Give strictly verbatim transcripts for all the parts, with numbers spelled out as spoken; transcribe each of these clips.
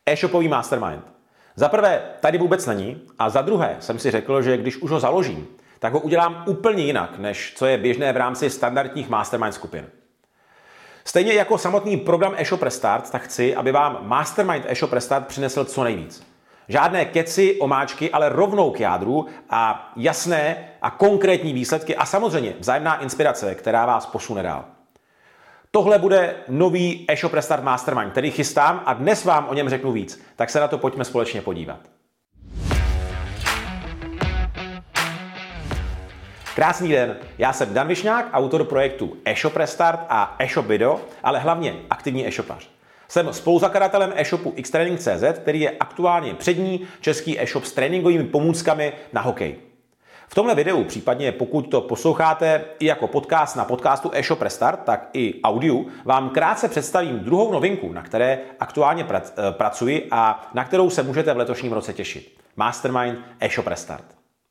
e-shopový mastermind. Za prvé, tady vůbec není, a za druhé jsem si řekl, že když už ho založím, tak ho udělám úplně jinak, než co je běžné v rámci standardních mastermind skupin. Stejně jako samotný program eShop Restart, tak chci, aby vám Mastermind eShop Restart přinesl co nejvíc. Žádné keci, omáčky, ale rovnou k jádru a jasné a konkrétní výsledky a samozřejmě vzájemná inspirace, která vás posune dál. Tohle bude nový eShop Restart Mastermind, který chystám a dnes vám o něm řeknu víc. Tak se na to pojďme společně podívat. Krásný den, já jsem Dan Višňák, autor projektu eShop Restart a eShop Video, ale hlavně aktivní e-shopař. Jsem spoluzakladatelem e-shopu xtraining tečka cz, který je aktuálně přední český e-shop s tréninkovými pomůckami na hokej. V tomhle videu, případně pokud to posloucháte i jako podcast na podcastu eShop Restart, tak i audiu, vám krátce představím druhou novinku, na které aktuálně pracuji a na kterou se můžete v letošním roce těšit. Mastermind eShop Restart.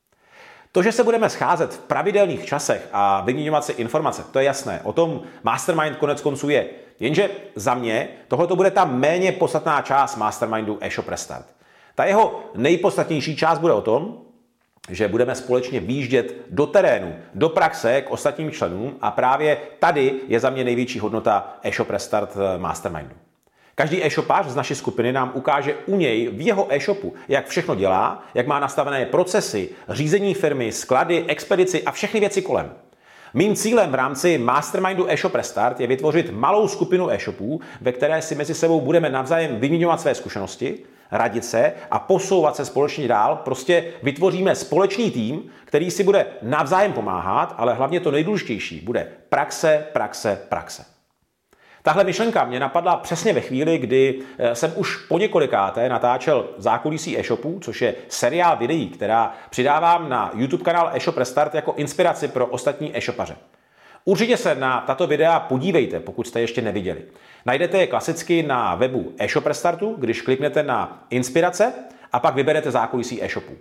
To, že se budeme scházet v pravidelných časech a vyměňovat si informace, to je jasné. O tom Mastermind konec konců je. Jenže za mě tohle bude ta méně podstatná část Mastermindu eShop Restart. Ta jeho nejpodstatnější část bude o tom, že budeme společně výjíždět do terénu, do praxe k ostatním členům a právě tady je za mě největší hodnota eShop Restart Mastermindu. Každý e-shopář z naší skupiny nám ukáže u něj v jeho e-shopu, jak všechno dělá, jak má nastavené procesy, řízení firmy, sklady, expedici a všechny věci kolem. Mým cílem v rámci Mastermindu eShop Restart je vytvořit malou skupinu e-shopů, ve které si mezi sebou budeme navzájem vyměňovat své zkušenosti, radit se a posouvat se společně dál. Prostě vytvoříme společný tým, který si bude navzájem pomáhat, ale hlavně to nejdůležitější bude praxe, praxe, praxe. Tahle myšlenka mě napadla přesně ve chvíli, kdy jsem už po několikáté natáčel zákulisí e-shopu, což je seriál videí, která přidávám na YouTube kanál eShop Restart jako inspiraci pro ostatní e-shopaře. Určitě se na tato videa podívejte, pokud jste ještě neviděli. Najdete je klasicky na webu eShop Restartu, když kliknete na inspirace a pak vyberete zákulisí e-shopu.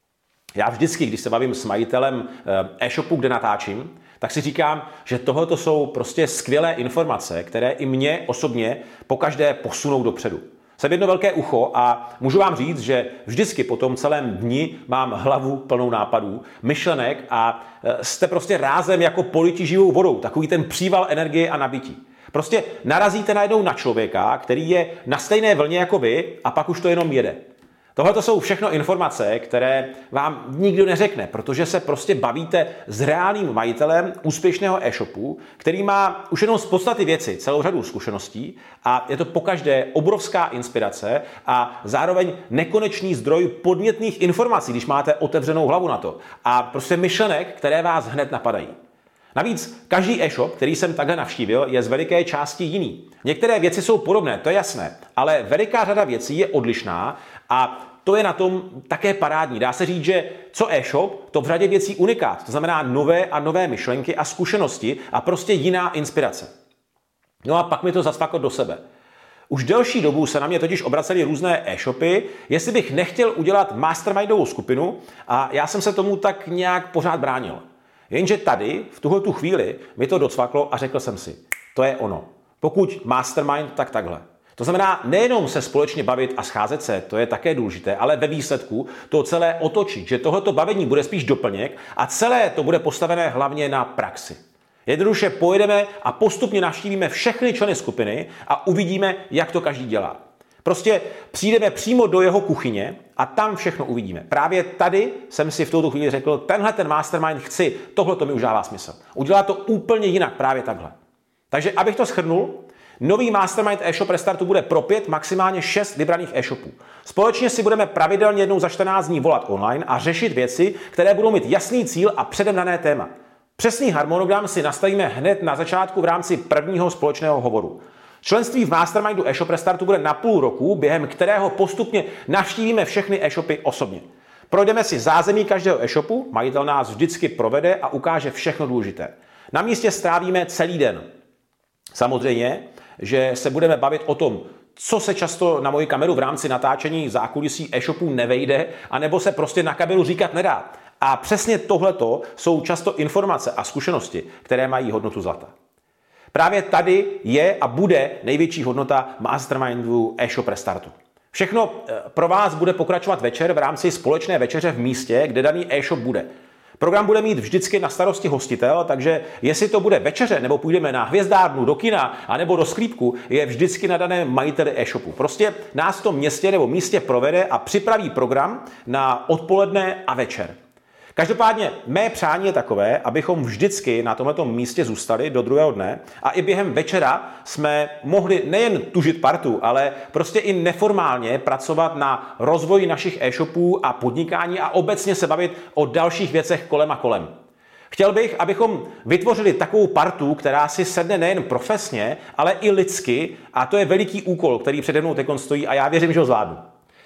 Já vždycky, když se bavím s majitelem e-shopu, kde natáčím, tak si říkám, že tohle jsou prostě skvělé informace, které i mě osobně pokaždé posunou dopředu. Jsem jedno velké ucho a můžu vám říct, že vždycky po tom celém dni mám hlavu plnou nápadů, myšlenek a jste prostě rázem jako politi živou vodou, takový ten příval energie a nabití. Prostě narazíte najednou na člověka, který je na stejné vlně jako vy a pak už to jenom jede. Tohle to jsou všechno informace, které vám nikdo neřekne, protože se prostě bavíte s reálným majitelem úspěšného e-shopu, který má už jenom z podstaty věci celou řadu zkušeností a je to pokaždé obrovská inspirace a zároveň nekonečný zdroj podnětných informací, když máte otevřenou hlavu na to a prostě myšlenek, které vás hned napadají. Navíc každý e-shop, který jsem takhle navštívil, je z veliké části jiný. Některé věci jsou podobné, to je jasné, ale veliká řada věcí je odlišná a to je na tom také parádní. Dá se říct, že co e-shop, to v řadě věcí unikát. To znamená nové a nové myšlenky a zkušenosti a prostě jiná inspirace. No a pak mi to zasvaklo do sebe. Už delší dobu se na mě totiž obracely různé e-shopy, jestli bych nechtěl udělat mastermindovou skupinu a já jsem se tomu tak nějak pořád bránil. Jenže tady, v tuhletu chvíli, mi to docvaklo a řekl jsem si, to je ono. Pokud mastermind, tak takhle. To znamená nejenom se společně bavit a scházet se, to je také důležité, ale ve výsledku to celé otočit, že tohoto bavení bude spíš doplněk a celé to bude postavené hlavně na praxi. Jednoduše pojedeme a postupně navštívíme všechny členy skupiny a uvidíme, jak to každý dělá. Prostě přijdeme přímo do jeho kuchyně a tam všechno uvidíme. Právě tady jsem si v tuto chvíli řekl, tenhle ten mastermind chci, tohle to mi už dává smysl. Udělat to úplně jinak, právě takhle. Takže abych to shrnul, nový Mastermind eShop Restartu bude pro pět, maximálně šest vybraných e-shopů. Společně si budeme pravidelně jednou za čtrnáct dní volat online a řešit věci, které budou mít jasný cíl a předem dané téma. Přesný harmonogram si nastavíme hned na začátku v rámci prvního společného hovoru. Členství v Mastermindu eShop Restartu bude na půl roku, během kterého postupně navštívíme všechny e-shopy osobně. Projdeme si zázemí každého e-shopu, majitel nás vždycky provede a ukáže všechno důležité. Na místě strávíme celý den. Samozřejmě, že se budeme bavit o tom, co se často na moji kameru v rámci natáčení zákulisí e-shopů nevejde, anebo se prostě na kameru říkat nedá. A přesně tohleto jsou často informace a zkušenosti, které mají hodnotu zlata. Právě tady je a bude největší hodnota Mastermindu eShop Restartu. Všechno pro vás bude pokračovat večer v rámci společné večeře v místě, kde daný e-shop bude. Program bude mít vždycky na starosti hostitel, takže jestli to bude večeře, nebo půjdeme na hvězdárnu, do kina, anebo do sklípku, je vždycky na daném majiteli e-shopu. Prostě nás v tom městě nebo místě provede a připraví program na odpoledne a večer. Každopádně mé přání je takové, abychom vždycky na tomto místě zůstali do druhého dne a i během večera jsme mohli nejen tužit partu, ale prostě i neformálně pracovat na rozvoji našich e-shopů a podnikání a obecně se bavit o dalších věcech kolem a kolem. Chtěl bych, abychom vytvořili takovou partu, která si sedne nejen profesně, ale i lidsky, a to je veliký úkol, který přede mnou teď stojí a já věřím, že ho zvládnu.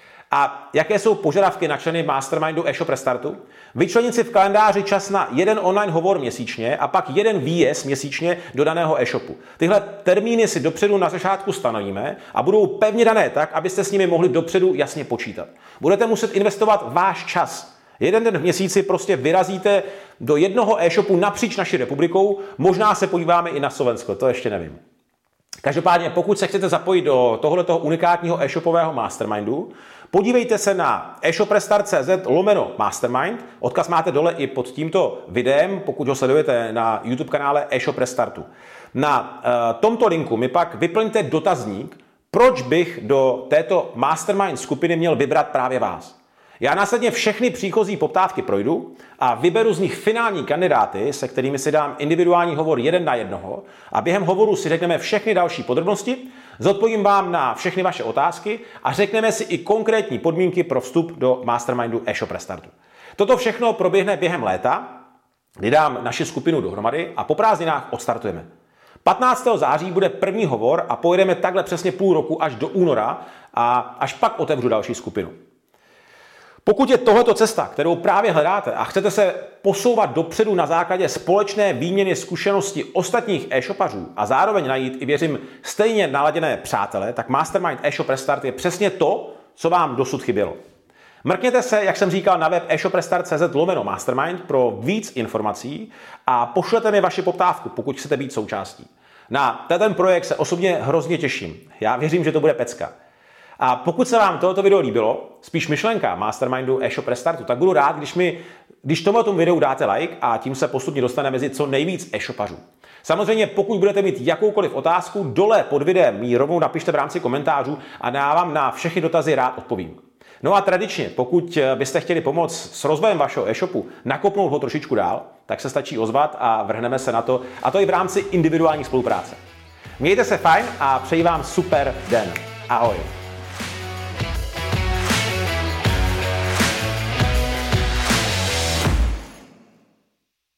A jaké jsou požadavky na členy Mastermindu e-shop Restartu? Vyčlenit si v kalendáři čas na jeden online hovor měsíčně a pak jeden výjezd měsíčně do daného e-shopu. Tyhle termíny si dopředu na začátku stanovíme a budou pevně dané tak, abyste s nimi mohli dopředu jasně počítat. Budete muset investovat váš čas. Jeden den v měsíci prostě vyrazíte do jednoho e-shopu napříč naší republikou, možná se podíváme i na Slovensko, to ještě nevím. Každopádně, pokud se chcete zapojit do tohoto unikátního e-shopového mastermindu, podívejte se na e-shoprestart tečka cz lomeno mastermind. Odkaz máte dole i pod tímto videem, pokud ho sledujete na YouTube kanále e-shop Restartu. Na uh, tomto linku mi pak vyplňte dotazník, proč bych do této mastermind skupiny měl vybrat právě vás. Já následně všechny příchozí poptávky projdu a vyberu z nich finální kandidáty, se kterými si dám individuální hovor jeden na jednoho a během hovoru si řekneme všechny další podrobnosti, zodpovím vám na všechny vaše otázky a řekneme si i konkrétní podmínky pro vstup do Mastermindu e-shop Restartu. Toto všechno proběhne během léta, kdy dám naši skupinu dohromady a po prázdninách odstartujeme. patnáctého září bude první hovor a pojedeme takhle přesně půl roku až do února a až pak otevřu další skupinu. Pokud je tohleto cesta, kterou právě hledáte a chcete se posouvat dopředu na základě společné výměny zkušeností ostatních e-shopařů a zároveň najít i věřím stejně naladěné přátele, tak Mastermind e-shop Restart je přesně to, co vám dosud chybělo. Mrkněte se, jak jsem říkal, na web e-shoprestart tečka cz lomeno mastermind pro víc informací a pošlete mi vaši poptávku, pokud chcete být součástí. Na ten projekt se osobně hrozně těším. Já věřím, že to bude pecka. A pokud se vám tohoto video líbilo, spíš myšlenka Mastermindu e-shop Restartu, tak budu rád, když mi, když tomuto videu dáte like a tím se postupně dostane mezi co nejvíc e-shopařů. Samozřejmě, pokud budete mít jakoukoliv otázku, dole pod videem mi rovnou napište v rámci komentářů a já vám na všechny dotazy rád odpovím. No a tradičně, pokud byste chtěli pomoct s rozvojem vašeho e-shopu, nakopnout ho trošičku dál, tak se stačí ozvat a vrhneme se na to, a to i v rámci individuální spolupráce. Mějte se fajn a přeji vám super den. Ahoj.